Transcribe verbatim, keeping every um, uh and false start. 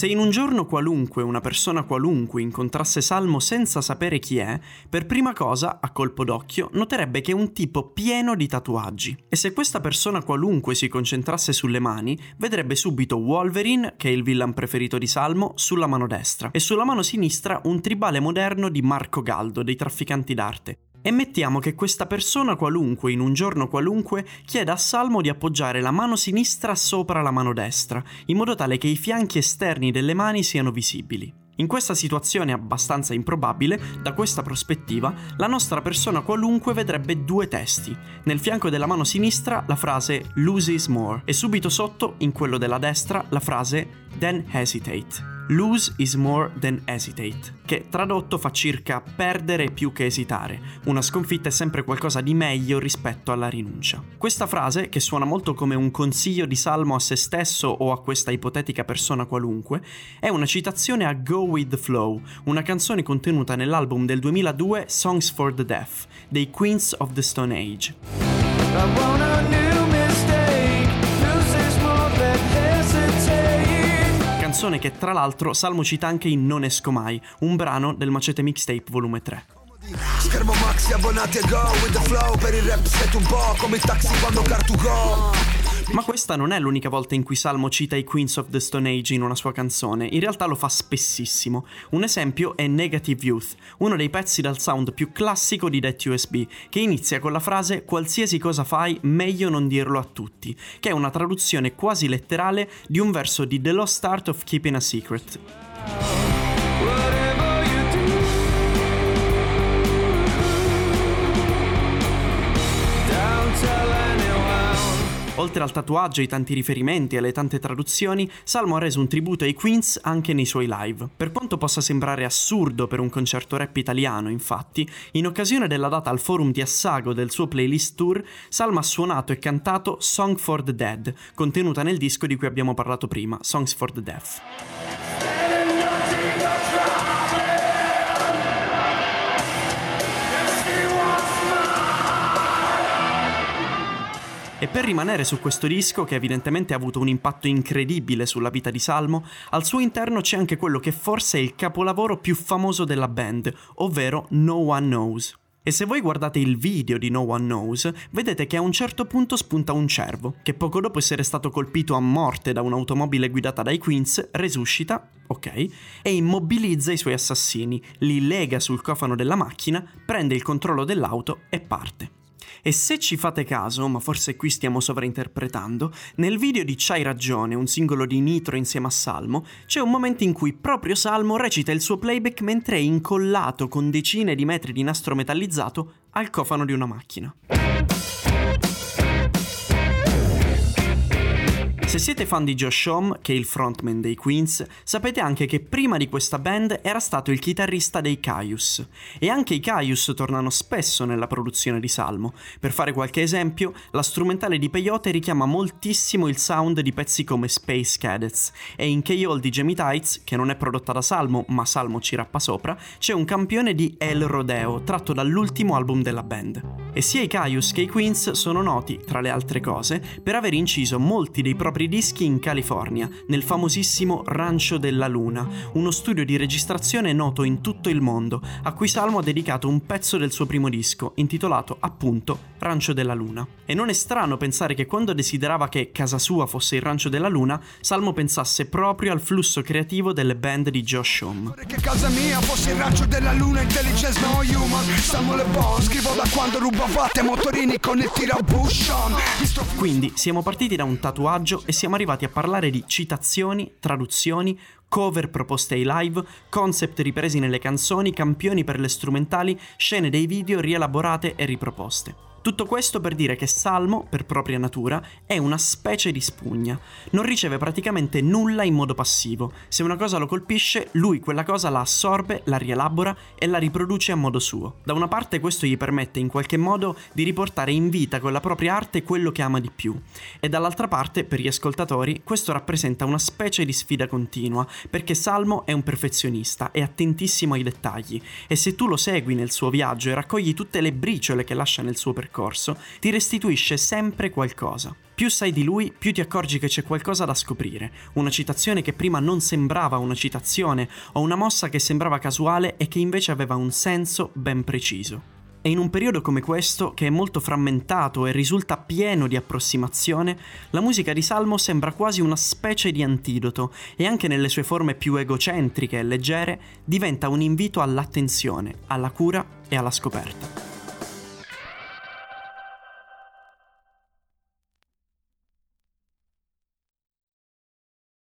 Se in un giorno qualunque una persona qualunque incontrasse Salmo senza sapere chi è, per prima cosa, a colpo d'occhio, noterebbe che è un tipo pieno di tatuaggi. E se questa persona qualunque si concentrasse sulle mani, vedrebbe subito Wolverine, che è il villain preferito di Salmo, sulla mano destra, e sulla mano sinistra un tribale moderno di Marco Galdo, dei trafficanti d'arte. E mettiamo che questa persona qualunque, in un giorno qualunque, chieda a Salmo di appoggiare la mano sinistra sopra la mano destra, in modo tale che i fianchi esterni delle mani siano visibili. In questa situazione abbastanza improbabile, da questa prospettiva, la nostra persona qualunque vedrebbe due testi. Nel fianco della mano sinistra la frase "lose is more" e subito sotto, in quello della destra, la frase "then hesitate". Lose is more than hesitate, che tradotto fa circa perdere più che esitare. Una sconfitta è sempre qualcosa di meglio rispetto alla rinuncia. Questa frase, che suona molto come un consiglio di Salmo a se stesso o a questa ipotetica persona qualunque, è una citazione a Go With The Flow, una canzone contenuta nell'album del duemiladue Songs For The Deaf, dei Queens of the Stone Age. I want a new mistake, lose is more than hesitate. Canzone che tra l'altro Salmo cita anche in Non esco mai, un brano del Macete Mixtape volume tre. Schermo maxi abbonati e Go With The Flow, per il rap siete un po' come il taxi quando car to go. Ma questa non è l'unica volta in cui Salmo cita i Queens of the Stone Age in una sua canzone, in realtà lo fa spessissimo. Un esempio è Negative Youth, uno dei pezzi dal sound più classico di Death U S B, che inizia con la frase "qualsiasi cosa fai, meglio non dirlo a tutti", che è una traduzione quasi letterale di un verso di The Lost Art of Keeping a Secret. Oltre al tatuaggio, ai tanti riferimenti e alle tante traduzioni, Salmo ha reso un tributo ai Queens anche nei suoi live. Per quanto possa sembrare assurdo per un concerto rap italiano, infatti, in occasione della data al forum di Assago del suo playlist tour, Salmo ha suonato e cantato Song For The Dead, contenuta nel disco di cui abbiamo parlato prima, Songs For The Deaf. E per rimanere su questo disco, che evidentemente ha avuto un impatto incredibile sulla vita di Salmo, al suo interno c'è anche quello che forse è il capolavoro più famoso della band, ovvero No One Knows. E se voi guardate il video di No One Knows, vedete che a un certo punto spunta un cervo, che poco dopo essere stato colpito a morte da un'automobile guidata dai Queens, resuscita, ok, e immobilizza i suoi assassini, li lega sul cofano della macchina, prende il controllo dell'auto e parte. E se ci fate caso, ma forse qui stiamo sovrainterpretando, nel video di C'hai ragione, un singolo di Nitro insieme a Salmo, c'è un momento in cui proprio Salmo recita il suo playback mentre è incollato con decine di metri di nastro metallizzato al cofano di una macchina. Se siete fan di Josh Homme, che è il frontman dei Queens, sapete anche che prima di questa band era stato il chitarrista dei Kyuss. E anche i Kyuss tornano spesso nella produzione di Salmo. Per fare qualche esempio, la strumentale di Peyote richiama moltissimo il sound di pezzi come Space Cadets, e in K-Hall di Jamie Tights, che non è prodotta da Salmo, ma Salmo ci rappa sopra, c'è un campione di El Rodeo, tratto dall'ultimo album della band. E sia i Kyuss che i Queens sono noti, tra le altre cose, per aver inciso molti dei propri dischi in California, nel famosissimo Rancho della Luna, uno studio di registrazione noto in tutto il mondo, a cui Salmo ha dedicato un pezzo del suo primo disco, intitolato appunto Rancho della Luna. E non è strano pensare che quando desiderava che casa sua fosse il Rancho della Luna, Salmo pensasse proprio al flusso creativo delle band di Josh Homme. Che casa mia fosse il Rancho della Luna, intelligence no human, siamo le boss, scrivo da quando rubavate motorini con il tirabushon. Quindi siamo partiti da un tatuaggio e siamo arrivati a parlare di citazioni, traduzioni, cover proposte ai live, concept ripresi nelle canzoni, campioni per le strumentali, scene dei video rielaborate e riproposte. Tutto questo per dire che Salmo, per propria natura, è una specie di spugna. Non riceve praticamente nulla in modo passivo. Se una cosa lo colpisce, lui quella cosa la assorbe, la rielabora e la riproduce a modo suo. Da una parte questo gli permette in qualche modo di riportare in vita con la propria arte quello che ama di più. E dall'altra parte, per gli ascoltatori, questo rappresenta una specie di sfida continua, perché Salmo è un perfezionista, è attentissimo ai dettagli. E se tu lo segui nel suo viaggio e raccogli tutte le briciole che lascia nel suo percorso, percorso, ti restituisce sempre qualcosa. Più sai di lui, più ti accorgi che c'è qualcosa da scoprire, una citazione che prima non sembrava una citazione, o una mossa che sembrava casuale e che invece aveva un senso ben preciso. E in un periodo come questo, che è molto frammentato e risulta pieno di approssimazione, la musica di Salmo sembra quasi una specie di antidoto e anche nelle sue forme più egocentriche e leggere diventa un invito all'attenzione, alla cura e alla scoperta.